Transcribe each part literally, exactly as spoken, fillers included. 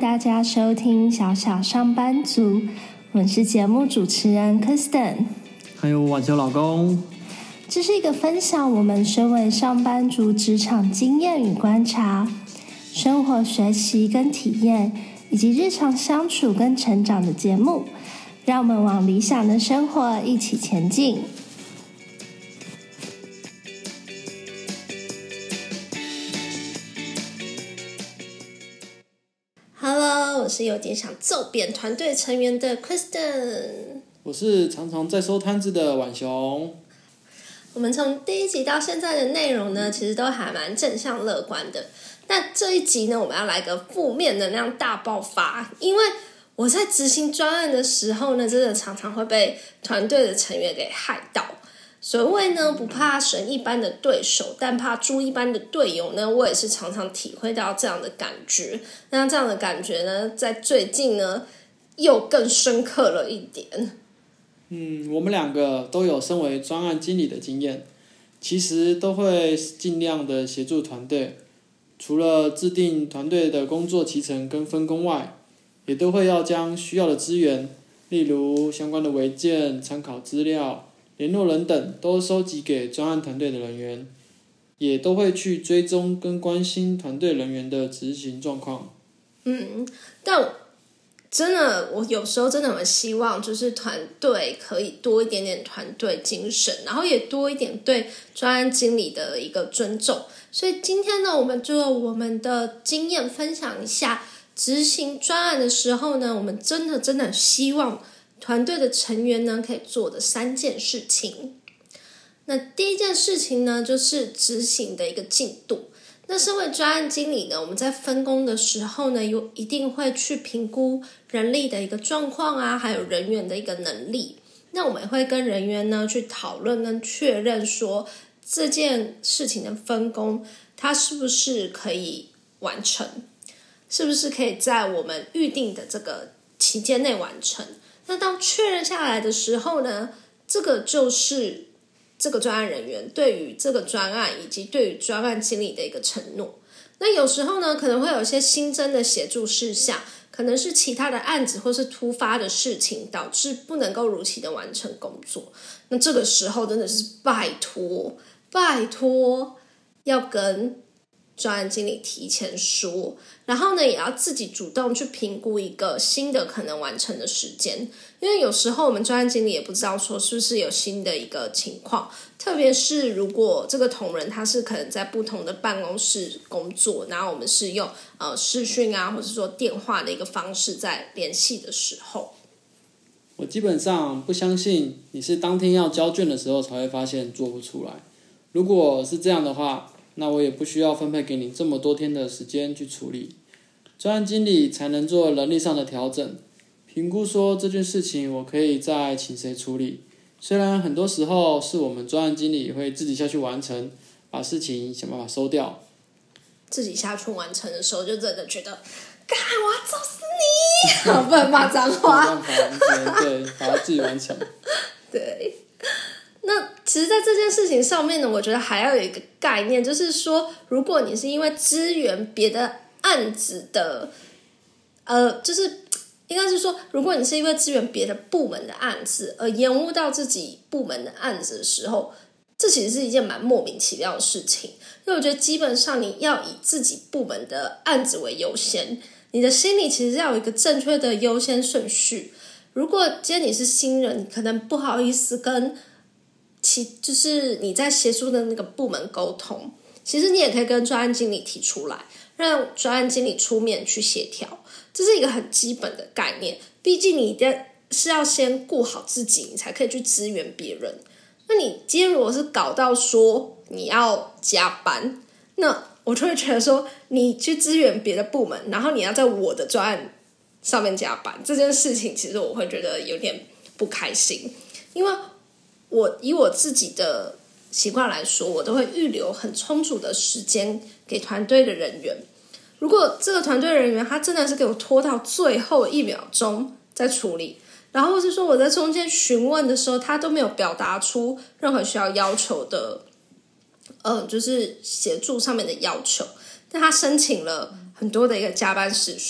大家收听小小上班族，我是节目主持人 Kristen， 还有婉秋老公。 这是一个分享我们身为上班族职场经验与观察、生活学习跟体验，以及日常相处跟成长的节目，让我们往理想的生活一起前进。Hello， 我是有点想揍扁团队成员的 Kristen， 我是常常在收摊子的婉雄。 我们从第一集到现在的内容呢，其实都还蛮正向乐观的。但这一集呢，我们要来个负面能量大爆发，因为我在执行专案的时候呢，真的常常会被团队的成员给害到。所谓呢，不怕神一般的对手，但怕猪一般的队友呢，我也是常常体会到这样的感觉。那这样的感觉呢，在最近呢，又更深刻了一点。 嗯，我们两个都有身为专案经理的经验，其实都会尽量的协助团队。除了制定团队的工作期程跟分工外，也都会要将需要的资源，例如相关的文件、参考资料、联络人等，都收集给专案团队的人员，也都会去追踪跟关心团队人员的执行状况。 嗯，但真的，我有时候真的很希望，就是团队可以多一点点团队精神，然后也多一点对专案经理的一个尊重。所以今天呢，我们就用我们的经验分享一下，执行专案的时候呢，我们真的真的希望团队的成员呢可以做的三件事情。那第一件事情呢，就是执行的一个进度。那身为专案经理呢，我们在分工的时候呢，有一定会去评估人力的一个状况啊，还有人员的一个能力。那我们会跟人员呢去讨论跟确认说，这件事情的分工，它是不是可以完成，是不是可以在我们预定的这个期间内完成。那当确认下来的时候呢，这个就是这个专案人员对于这个专案以及对于专案经理的一个承诺。那有时候呢，可能会有一些新增的协助事项，可能是其他的案子或是突发的事情，导致不能够如期的完成工作。那这个时候真的是拜托拜托要跟专案经理提前说，然后呢，也要自己主动去评估一个新的可能完成的时间。因为有时候我们专案经理也不知道说是不是有新的一个情况，特别是如果这个同仁他是可能在不同的办公室工作，然后我们是用呃视讯啊，或者说电话的一个方式在联系的时候， 我基本上不相信你是当天要交卷的时候才会发现做不出来。如果是这样的话，那我也不需要分配给你这么多天的时间去处理，专案经理才能做人力上的调整，评估说这件事情我可以再请谁处理。虽然很多时候是我们专案经理会自己下去完成，把事情想办法收掉。 自己下去完成的时候，就真的觉得，干，我要揍死你！好，不能骂脏话。 没办法，对，把它自己完成。 对。那其实在这件事情上面呢，我觉得还要有一个概念，就是说，如果你是因为支援别的案子的，呃，就是应该是说，如果你是因为支援别的部门的案子而延误到自己部门的案子的时候，这其实是一件蛮莫名其妙的事情。因为我觉得基本上你要以自己部门的案子为优先，你的心里其实要有一个正确的优先顺序。如果今天你是新人，你可能不好意思跟其就是你在协助的那个部门沟通，其实你也可以跟专案经理提出来，让专案经理出面去协调，这是一个很基本的概念。毕竟你的是要先顾好自己，你才可以去支援别人。那你今天如果是搞到说你要加班，那我就会觉得说你去支援别的部门，然后你要在我的专案上面加班，这件事情其实我会觉得有点不开心。因为我以我自己的习惯来说，我都会预留很充足的时间给团队的人员。如果这个团队人员他真的是给我拖到最后一秒钟再处理，然后或是说我在中间询问的时候，他都没有表达出任何需要要求的，呃，就是协助上面的要求，但他申请了很多的一个加班时数，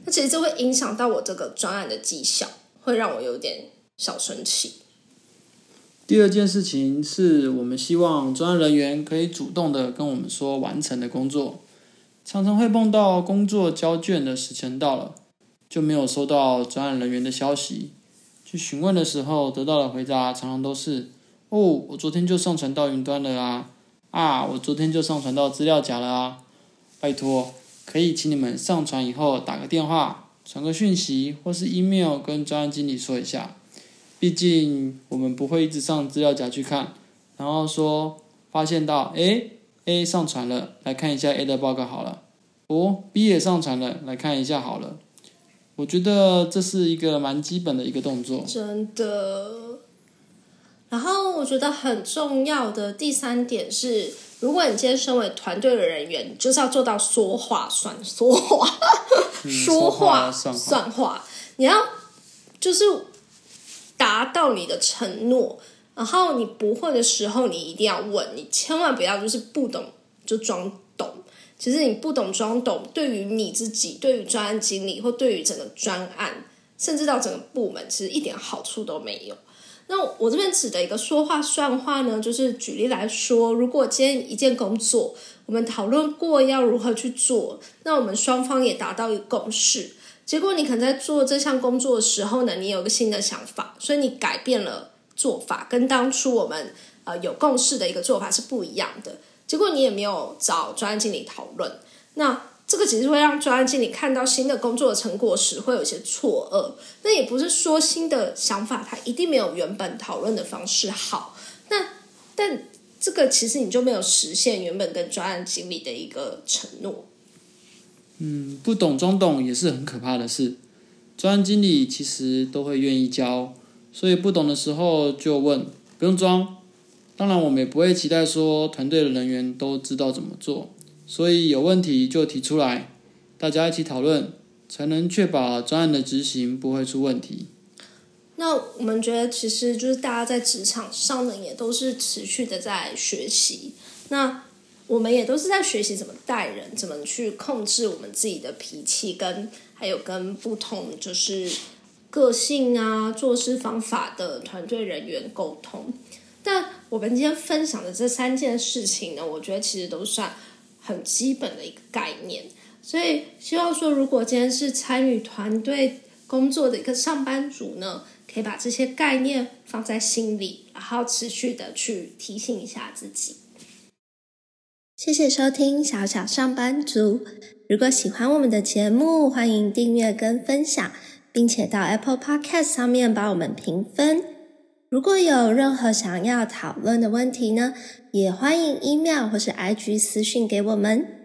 那其实这会影响到我这个专案的绩效，会让我有点小生气。 第二件事情是我们希望专案人员可以主动的跟我们说完成的工作，常常会碰到工作交卷的时程到了，就没有收到专案人员的消息，去询问的时候得到的回答常常都是哦，我昨天就上传到云端了啊，啊，我昨天就上传到资料夹了啊，拜托，可以请你们上传以后打个电话，传个讯息，或是 email 跟专案经理说一下，毕竟我们不会一直上资料夹去看，然后说发现到诶 A 上传了，来看一下 A 的报告好了，哦 B 也上传了，来看一下好了。我觉得这是一个蛮基本的一个动作， 真的。然后我觉得很重要的第三点是，如果你今天身为团队的人员，你就是要做到说话算说话， 嗯、 说话算话， 算话，你要就是达到你的承诺。然后你不会的时候，你一定要问，你千万不要就是不懂就装懂。其实你不懂装懂，对于你自己、对于专案经理或对于整个专案，甚至到整个部门，其实一点好处都没有。那我这边指的一个说话算话呢，就是举例来说，如果今天一件工作我们讨论过要如何去做，那我们双方也达到一个共识，结果你可能在做这项工作的时候呢，你有个新的想法，所以你改变了做法，跟当初我们呃有共识的一个做法是不一样的，结果你也没有找专案经理讨论，那这个其实会让专案经理看到新的工作的成果时会有一些错愕。那也不是说新的想法它一定没有原本讨论的方式好，那但这个其实你就没有实现原本跟专案经理的一个承诺。 嗯，不懂装懂也是很可怕的事。专案经理其实都会愿意教，所以不懂的时候就问，不用装。当然我们也不会期待说团队的人员都知道怎么做，所以有问题就提出来，大家一起讨论，才能确保专案的执行不会出问题。 那我们觉得其实就是大家在职场上呢，也都是持续的在学习。那我们也都是在学习怎么带人，怎么去控制我们自己的脾气，跟还有跟不同就是个性啊、做事方法的团队人员沟通。但我们今天分享的这三件事情呢，我觉得其实都算很基本的一个概念。所以希望说，如果今天是参与团队工作的一个上班族呢，可以把这些概念放在心里，然后持续的去提醒一下自己。谢谢收听小小上班族，如果喜欢我们的节目，欢迎订阅跟分享，并且到 Apple Podcast 上面帮我们评分。如果有任何想要讨论的问题呢，也欢迎 email 或是 I G 私讯给我们。